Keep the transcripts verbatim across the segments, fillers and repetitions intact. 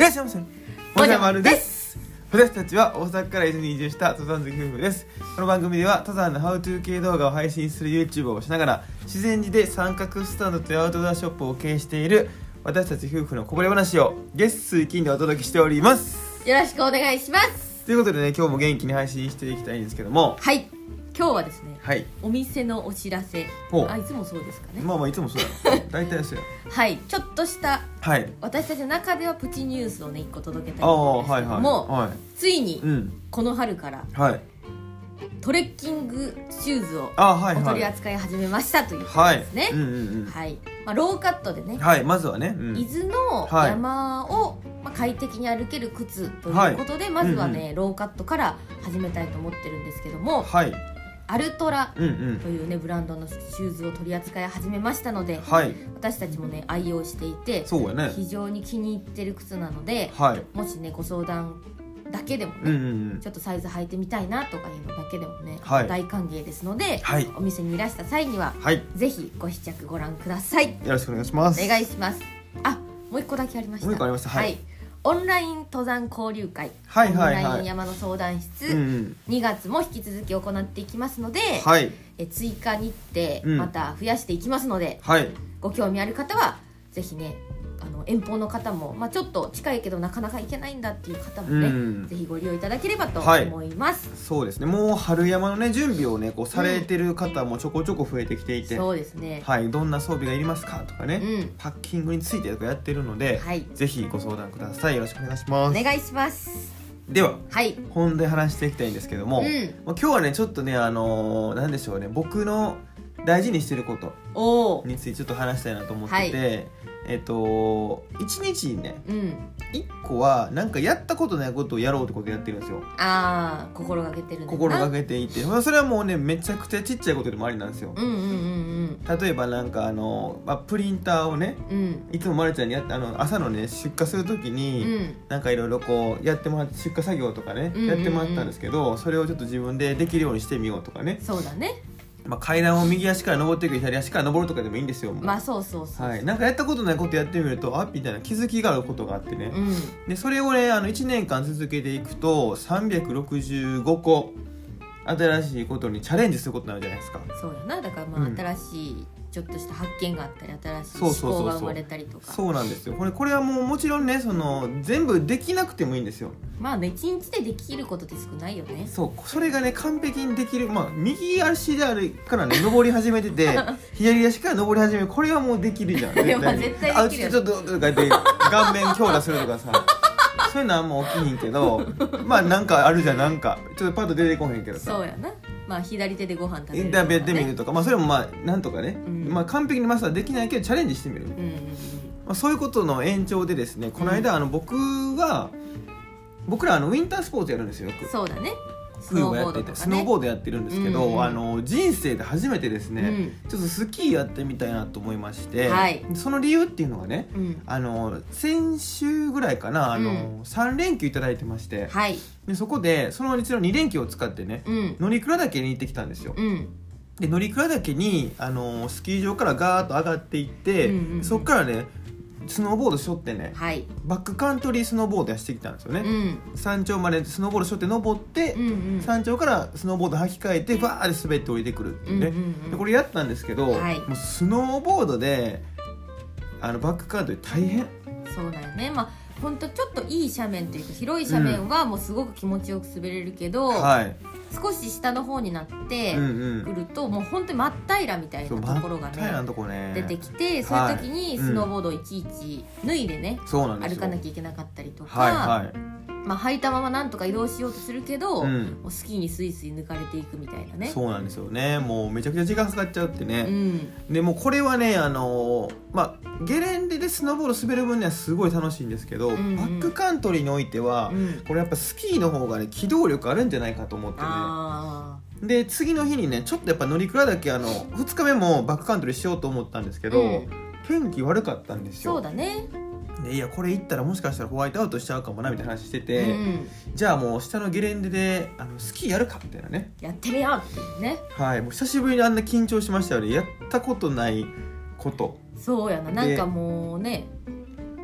らっしゃいませ。もじゃまるです。私たちは大阪から伊豆に移住した登山好き夫婦です。この番組では登山のハウトゥー系動画を配信する YouTuber をしながら、自然寺で三角スタンドというアウトドアショップを経営している私たち夫婦のこぼれ話を月水金でお届けしております。 よろしくお願いします。 ということでね、今日も元気に配信していきたいんですけども、 はい、今日はですね、 はい、 お店のお知らせ。あ、いつもそうですかね。 まあまあいつもそうだよ大体ですよはい、ちょっとした、はい、私たちの中ではプチニュースをねいっこ届けたいんですけども、はいはいはい、ついに、うん、この春から、はい、トレッキングシューズをお取り扱い始めましたということですね。はい、まあ、ローカットでね、 はい、まずはね、うん、 伊豆の山を、まあ、快適に歩ける靴ということで、はい、まずはね、うんうん、ローカットから始めたいと思ってるんですけども、はい、アルトラというね、うんうん、ブランドのシューズを取り扱い始めましたので、はい、私たちもね愛用していて、そうやね、非常に気に入ってる靴なので、はい、もしねご相談だけでもね、うんうんうん、ちょっとサイズ履いてみたいなとかいうのだけでもね、はい、大歓迎ですので、はい、お店にいらした際には、はい、ぜひご試着ご覧ください。 よろしくお願いします。 お願いします。あ、もう一個だけありました。 もう一個ありました。はい、はい、 オンライン登山交流会、 はいはいはい、 オンライン山の相談室、うんうん、にがつも引き続き行っていきますので、 はい、 え追加日程また増やしていきますので、うん、はい、ご興味ある方はぜひね、あの遠方の方も、まあ、ちょっと近いけどなかなか行けないんだっていう方もね、うん、ぜひご利用いただければと思います。 はい、そうですね、もう春山のね準備をねこうされてる方もちょこちょこ増えてきていて、うん、 そうですね、 はい、どんな装備がいりますかとかね、うん、パッキングについてとかやってるので、はい、ぜひご相談ください。よろしくお願いします。 お願いします。 では、 はい、 本題話していきたいんですけども、うん、今日はねちょっとねあのー、なんでしょうね、僕の大事にしてることについてちょっと話したいなと思ってて、はい、えっといちにちにね、うん、いっこはなんかやったことないことをやろうってことをやってるんですよ。 ああ、心がけてるんだな。 心がけていて、まあ、それはもうねめちゃくちゃちっちゃいことでもありなんですよ。うんうんうんうん、例えばなんかあの、まあ、プリンターをね、うん、いつもまるちゃんにやってあの朝のね出荷するときに、うん、なんかいろいろこうやってもらって出荷作業とかね、うんうんうん、やってもらったんですけど、それをちょっと自分でできるようにしてみようとかね。 そうだね、 まあ、階段を右足から登っていく左足から登るとかでもいいんですよ。 まあそうそうそう、 はい、なんかやったことないことやってみるとあみたいな気づきがあることがあってね、うん、でそれをねあのいちねんかん続けていくとさんびゃくろくじゅうごこ新しいことにチャレンジすることになるじゃないですか。 そうやな、だからまあ新しい、うん、ちょっとした発見があったり新しい思考が生まれたりとか。 そうなんですよ。これこれはもうもちろんねその全部できなくてもいいんですよ。 まあね、いちにちでできることって少ないよね。 そうそれがね完璧にできる、まあ右足であるからね登り始めてて左足から登り始める、これはもうできるじゃん。 絶対絶対できるよ。 あ、ちょっとちょっととか言って顔面強打するとかさそういうのはもう起きひんけどまあなんかあるじゃん、なんかちょっとパッと出てこへんけどさ。 そうやな、まあ左手でご飯食べるとか、ね、やってみるとか、まあそれもまあなんとかね、うん、まあ完璧にマスターできないけどチャレンジしてみる、うんうんうん、まあ、そういうことの延長でですね、この間、うん、あの僕は僕らあのウィンタースポーツやるんですよよく。 そうだね、 スノーボードとかね、スノーボードやってるんですけど、うんうん、あの人生で初めてですね、うん、ちょっとスキーやってみたいなと思いまして、はい、その理由っていうのがね、うん、あの先週ぐらいかな、あの、うん、さんれんきゅういただいてまして、はい、でそこでそのうちのにれんきゅうを使ってね、うん、乗鞍岳に行ってきたんですよ。うん、で乗鞍岳にあのスキー場からガーッと上がっていって、うんうんうん、そこからねスノーボードしょってね、はい、バックカントリースノーボードやしてきたんですよね。うん、山頂までスノーボードしょって登って、うんうん、山頂からスノーボード履き替えてバーッで滑って降りてくるっていうね、うんうんうん、でこれやったんですけど、はい、もうスノーボードであのバックカントリー大変。 そうだよね、まあほんとちょっといい斜面というか広い斜面はもうすごく気持ちよく滑れるけど、うん、はい、少し下の方になってくると、うんうん、もう本当に真っ平らみたいなところが ね, ね出てきて、そういう時にスノーボードをいちいち脱いでね、うん、歩かなきゃいけなかったりとか、はいはい、まあ、履いたままなんとか移動しようとするけど、うん、もうスキーにスイスイ抜かれていくみたいなね。 そうなんですよね、もうめちゃくちゃ時間かかっちゃうってね、うん、でもこれはねあのー、まあゲレンデでスノーボード滑る分にはすごい楽しいんですけど、うんうん、バックカントリーにおいては、うん、これやっぱスキーの方がね機動力あるんじゃないかと思ってね。あで次の日にねちょっとやっぱ乗鞍岳あのふつかめもバックカントリーしようと思ったんですけど、うん、天気悪かったんですよ。 そうだね。 でいやこれ行ったらもしかしたらホワイトアウトしちゃうかもなみたいな話してて、うん、じゃあもう下のゲレンデであのスキーやるかみたいなね、 やってみようっていうね。 はい、もう久しぶりにあんな緊張しましたよね。やったことないこと。 そうやな、なんかもうね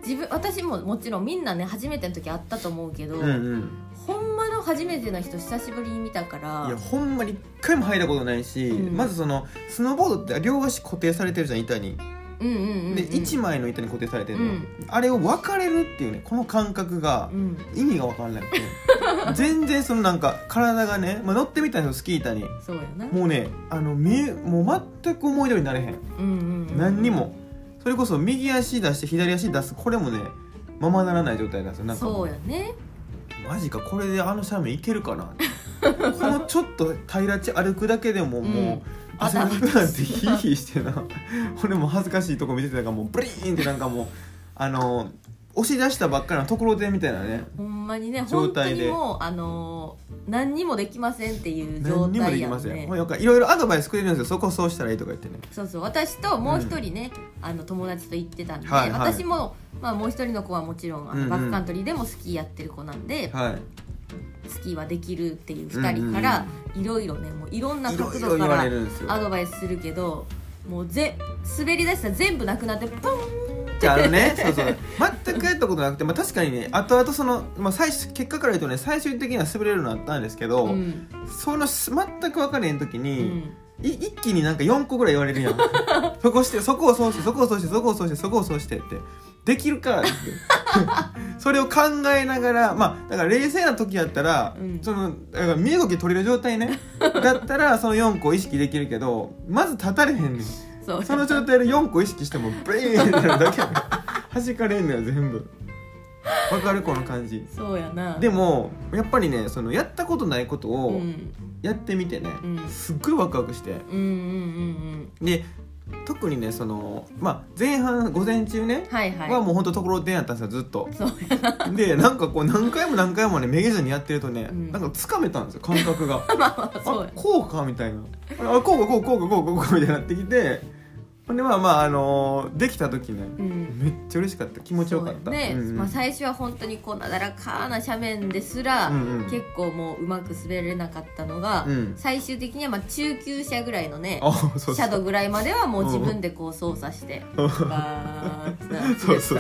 自分私ももちろんみんなね初めての時あったと思うけど、 うんうん、 ほんまの初めての人久しぶりに見たから。 いやほんまに一回も入ったことないし、うん、まずそのスノーボードって両足固定されてるじゃん、板に。 うんうんうんうん、 でいちまいの板に固定されてるの、うん、あれを分かれるっていうねこの感覚が意味が分からなくて、うん、全然そのなんか体がね、まあ、乗ってみたんですよスキー板に。 そうやな。 もうねあの見もう全く思い通りになれへん、うんうんうん、何にも。それこそ右足出して左足出すこれもねままならない状態なんですよ。なんかそうやね。 マジかこれであの斜面いけるかなこのちょっと平ら地歩くだけでももう、うん汗だくなんてヒーヒーしてな俺も恥ずかしいとこ見てたからもうブリーンってなんかもうあの押し出したばっかりのところでみたいなねほんまにね状態で本当にもうあの何にもできませんっていう状態やんね。何にもできません。もういろいろアドバイスくれるんですよ。そこそうしたらいいとか言ってね。 そうそう私ともう一人ね、うん、あの友達と行ってたんで、はいはい、私も、まあ、もう一人の子はもちろんあの、うんうん、バックカントリーでもスキーやってる子なんで、はいスキーはできるっていうふたりからいろいろねもういろんな角度からアドバイスするけどもうぜ滑り出したら全部なくなってポンってあのねそうそう全くやったことなくて、まあ、確かにね後々その、まあ、最初結果から言うとね最終的には滑れるようになったんですけど、うん、その全く分からへん時に、うん、い一気になんかよんこぐらい言われるやんそこしてそこをそうしてそこをそうしてそこをそうしてそこをそうしてってできるかってそれを考えながらまあだから冷静な時やったら、うん、そのだから身動き取れる状態ねだったらそのよんこ意識できるけどまず立たれへんねん。そ, その状態でよんこ意識してもブレーンってなるだけやねん弾かれんのよ全部。わかるこの感じ。 そうやな。 でもやっぱりねそのやったことないことをやってみてね、うん、すっごいワクワクして、うんうんうんうん、で特にねその、まあ、前半午前中ね、はいはい、はもうほんとところてんやったんですよずっと。そうやな。でなんかこう何回も何回もねめげずにやってるとね、うん、なんかつかめたんですよ感覚がまあまあそうや。あこうかみたいなあこうかこうかこうかこうかこうかみたいになってきてほんでまあまああのー、できた時ね、うん、めっちゃ嬉しかった気持ちよかった。 ね、 うんうんまあ、最初は本当にこうなだらかな斜面ですら、うんうん、結構もううまく滑れなかったのが、うん、最終的にはまあ中級者ぐらいのねそうそうシャドウぐらいまではもう自分でこう操作して、うん、バーッてそうそう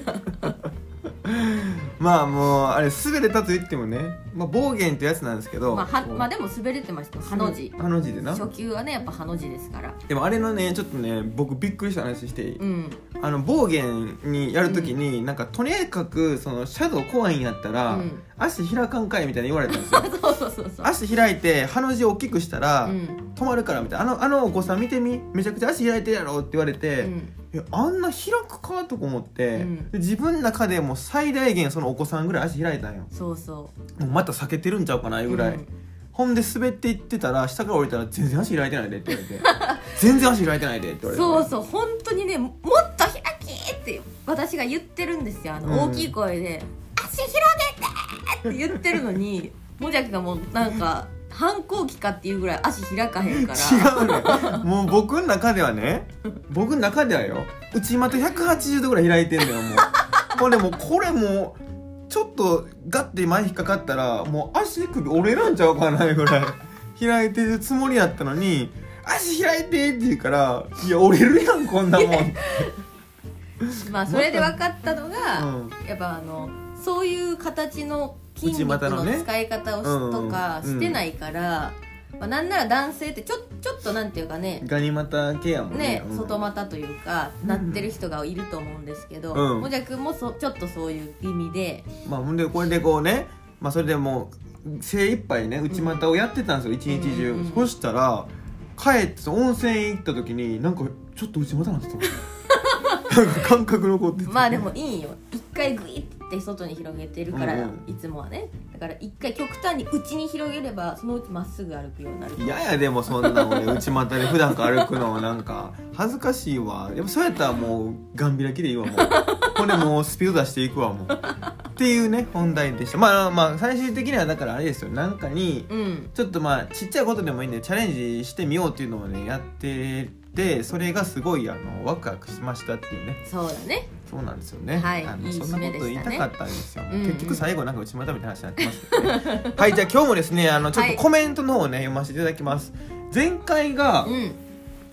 まあもうあれ滑れたと言ってもね、まあ、暴言ってやつなんですけど、 まあ、はまあでも滑れてました。ハの字ハの字でな初級はねやっぱハの字ですから。 でもあれのねちょっとね僕びっくりした話していい、うん、あの暴言にやるときに、うん、なんかとにかくそのシャドウ怖いんやったら、うん、足開かんかいみたいに言われたんですよそうそうそうそう足開いてハの字大きくしたら、うん、止まるからみたいな。あの、あのお子さん見てみめちゃくちゃ足開いてるやろって言われて、うんいやあんな開くかとか思って、うん、自分の中でも最大限そのお子さんぐらい足開いたんよ。 そうそうもうまた避けてるんちゃうかないうぐらい、うん、ほんで滑っていってたら下から降りたら全然足開いてないでって言われて全然足開いてないでって言われてそうそう本当にねもっと開きって私が言ってるんですよあの、うん、大きい声で足広げてって言ってるのにもじゃきがもうなんか反抗期かっていうぐらい足開かへんから違うねもう僕の中ではね僕の中ではよ内股ひゃくはちじゅうどぐらい開いてんだよもうこれもうこれもうちょっとガッて前引っかかったらもう足首折れるんちゃうかなぐらい開いてるつもりやったのに足開いてって言うからいや折れるやんこんなもんまあそれで分かったのが、うん、やっぱあのそういう形の筋肉の使い方をしとかしてないから、うんうんまあ、なんなら男性ってちょ、ちょっとなんていうかねガニ股系やもんね、 ね、外股というか、うん、なってる人がいると思うんですけど、うん、もじゃくんもそちょっとそういう意味でまあほんでこれでこうね、まあ、それでもう精一杯ね内股をやってたんですよ、うん、一日中、うんうん、そしたら帰って温泉行った時になんかちょっと内股なんですよなんか感覚残っててまあでもいいよ一回グイって外に広げてるから、うん、いつもはねだから一回極端に内に広げればそのうちまっすぐ歩くようになる。 いやいやでもそんな俺内股で普段から歩くのなんか恥ずかしいわ。やっぱそうやったらもうガン開きでいいわもうこれもうスピード出していくわもうっていうね本題でした。まあまあ最終的にはだからあれですよなんかに、うん、ちょっとまあちっちゃいことでもいいんでチャレンジしてみようっていうのをねやってでそれがすごいあのワクワクしましたっていうね。 そうだねそうなんですよね、 はい、 あのいいそんなこと言いたかったんですよ、 うんうん、 結局最後なんか内股みたいな話になってますけどねはいじゃあ今日もですねあのちょっとコメントの方をね読ませていただきます。前回が、うん、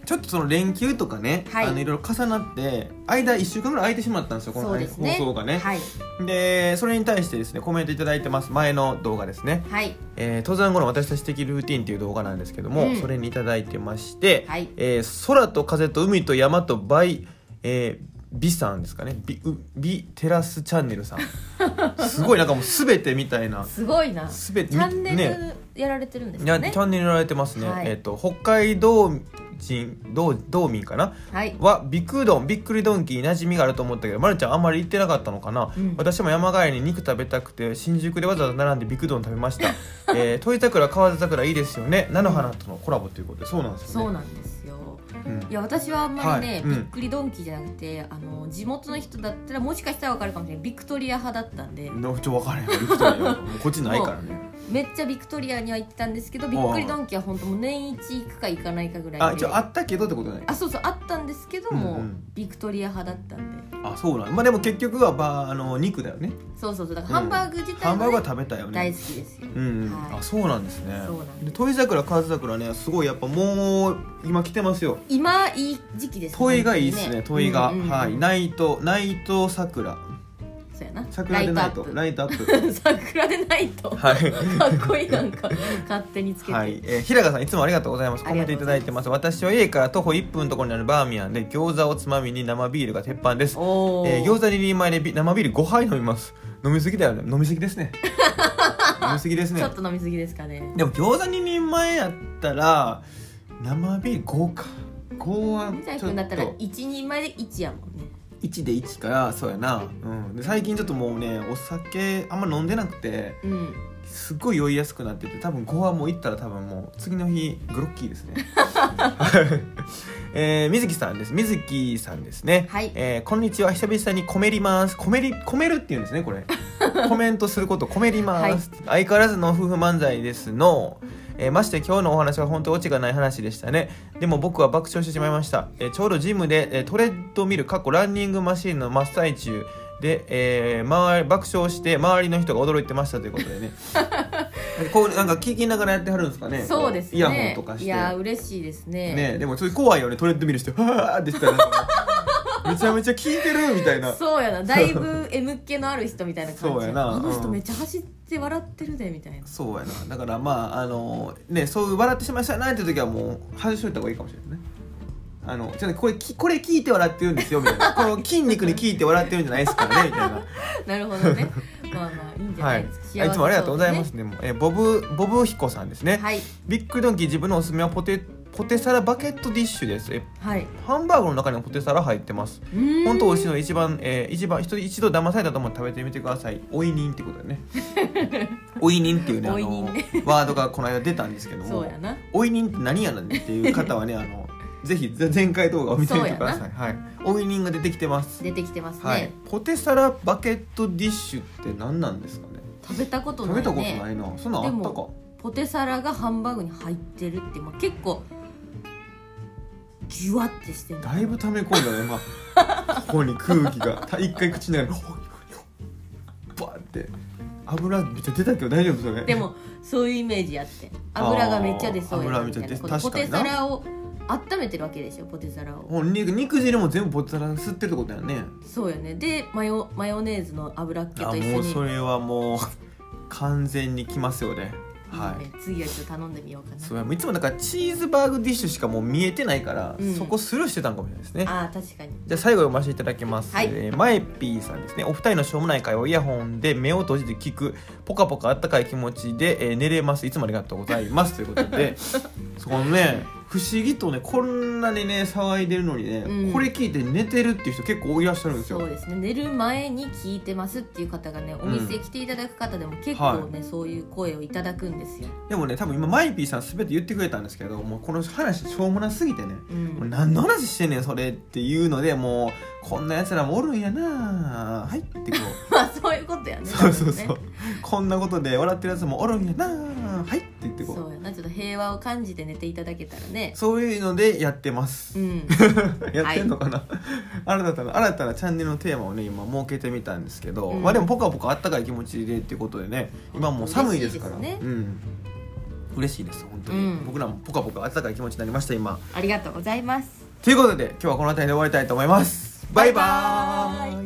ちょっとその連休とかね、はい、あのいろいろ重なって間いっしゅうかんぐらい空いてしまったんですよ、この、ね、放送がね、はい、でそれに対してですねコメントいただいてます。前の動画ですね、はい、えー、登山後の私たち的ルーティンっていう動画なんですけども、うん、それにいただいてまして、はい、えー、空と風と海と山とバイ、えー、美さんですかね、美, 美テラスチャンネルさんすごいなんかもう全てみたいな、 すごいな、 全てチャンネル、ね、やられてるんですかね。 チャンネルやられてますね、はい、えー、と北海道人道道民かな、はい、はビクドンびっくりドンキー馴染みがあると思ったけど、まるちゃんあんまり行ってなかったのかな、うん、私も山帰りに肉食べたくて新宿でわざわざ並んでビクドン食べました、えー、鳥桜河津桜いいですよね、菜の花とのコラボということで、そうなんですよね。 そうなんですよ、うん、いや私はあんまりね、はい、びっくりドンキーじゃなくて、あの地元の人だったらもしかしたら分かるかもしれない、ビクトリア派だったんで。 ちょっと分からへん、ビクトリアこっちないからねめっちゃビクトリアには行ったんですけど、びっくりドンキーは本当もう年一行くか行かないかぐらいで、 あ、一応あったけどってことない。 あ、そうそう、あったんですけども、うんうん、ビクトリア派だったんで。 あ、そうなん、まあ、でも結局はばあの肉だよね。 そうそうそう、だからハンバーグ自体は、ね、 ハンバーグは食べたよね、 大好きですよ、 うんうん、はい、あ、そうなんですね。 そうなんで、鳥桜河津桜ね、すごいやっぱもう今来てますよ。 今いい時期ですね。 問いがいいですね、問いが、うんうんうん、はい、ナイトナイト桜、 そうやな、 桜でナイト、ライトアップ桜でナイト、はい、かっこいい、なんか勝手につけて、はい、 えー、平川さんいつもありがとうございます。コメントいただいてます。私は家から徒歩いっぷんのところにあるバーミヤンで餃子をつまみに生ビールが鉄板です。えー、餃子ににまいでビ生ビールごはい飲みます。飲みすぎだよね、飲みすぎですね飲みすぎですね、 ちょっと飲みすぎですかね。 でも餃子ににんまえやったら生ビールごか、ごは水谷君だったらいちにんまえでいちやもんね。 いちでいちから、そうやな、うん、で最近ちょっともうねお酒あんま飲んでなくて、うん、すっごい酔いやすくなってて、多分ごはもういったら多分もう次の日グロッキーですねえー、水木さんです。水木さんですね、はい、えー、こんにちは、久々にコメります。コメりコメるっていうんですね、これコメントすることコメります、はい、相変わらずの夫婦漫才ですの、えー、まして今日のお話は本当オチがない話でしたね。でも僕は爆笑してしまいました、えー、ちょうどジムで、えー、トレッドミル過去ランニングマシーンの真っ最中で、えー、周り爆笑して周りの人が驚いてましたということでねこうなんか聞きながらやってはるんですかね。 そうですね、 イヤホンとかして。 いや嬉しいですね。 ね、でもそれ怖いよね、トレッドミルしてはーってしたらめちゃめちゃ聞いてるみたいな。 そうやな、だいぶ M っ気のある人みたいな感じ。 そうやな、 あの人めっちゃ走って笑ってるでみたいな。 そうやな、だからまああのね、そういう笑ってしまいましたなっていう時はもう外しといた方がいいかもしれないね。あのじゃあこれこれ聞いて笑ってるんですよみたいなこの筋肉に聞いて笑ってるんじゃないですからねみたいななるほどね、まあまあいいんじゃないですか、はい、 いつもありがとうございます。でもえボブボブ彦さんですね、はい、ビッグドンキー自分のおすすめはポテポテサラバケットディッシュです。え、はい、ハンバーグの中にもポテサラ入ってます。本当美味しいので一番、えー、一番一度一度騙されたと思って食べてみてください。おいにんってことでねおいにんっていうね、あのワードがこの間出たんですけども、そうやな、おいにんって何やなんっていう方はねあのぜひ前回動画を見てみてください。はい、おいにんが出てきてます。 出てきてますね、 はい、ポテサラバケットディッシュって何なんですかね。 食べたことないね。 食べたことないな。そんなんあったか。 ポテサラがハンバーグに入ってるって、まあ、結構ギュワってしてる。 だいぶ溜め込んだね、まあ、ここに空気が一回口の中にバーって油めっちゃ出たけど大丈夫それ。 でもそういうイメージやって、油がめっちゃ出そうやなみたいな。ポテサラを温めてるわけでしょ、ポテサラを。 肉, 肉汁も全部ポテサラ吸ってるってことだよね。 そうよね。でマヨマヨネーズの油っ気と一緒に。 あ、もうそれはもう完全にきますよね。はい、 ね、次はちょっと頼んでみようかな。 そういつもだからチーズバーグディッシュしかもう見えてないから、うん、そこスルーしてたんかもしれないですね。 あ、確かに。 じゃあ最後読ませていただきます、はい、えー、マエピーさんですね。お二人のしょうもない会話をイヤホンで目を閉じて聞く、ポカポカあったかい気持ちで、えー、寝れます。いつもありがとうございますということでそこのね、不思議とね、こんなにね騒いでるのにね、うん、これ聞いて寝てるっていう人結構いらっしゃるんですよ。 そうですね、寝る前に聞いてますっていう方がね、お店来ていただく方でも結構ね、はい、そういう声をいただくんですよ。 でもね、多分今マイピーさん全て言ってくれたんですけど、もうこの話しょうもなすぎてね、うん、もう何の話してんねんそれっていうので、もうこんなやつらもおるんやな、はいってこうまあそういうことやね。 そうそうそう、ね、こんなことで笑ってるやつもおるんやな、はいって言ってこう。 そうやな、ちょっと平和を感じて寝ていただけたらね。 そういうのでやってます、うん、やってんのかな、はい、新たな新たなチャンネルのテーマをね今設けてみたんですけど、うん、まあでもポカポカあったかい気持ちでっていうことでね、今もう寒いですから、ね、うん、 嬉しいです本当に、うん、僕らもポカポカ温かい気持ちになりました今。 ありがとうございます。 ということで今日はこの辺りで終わりたいと思います。バイバーイ。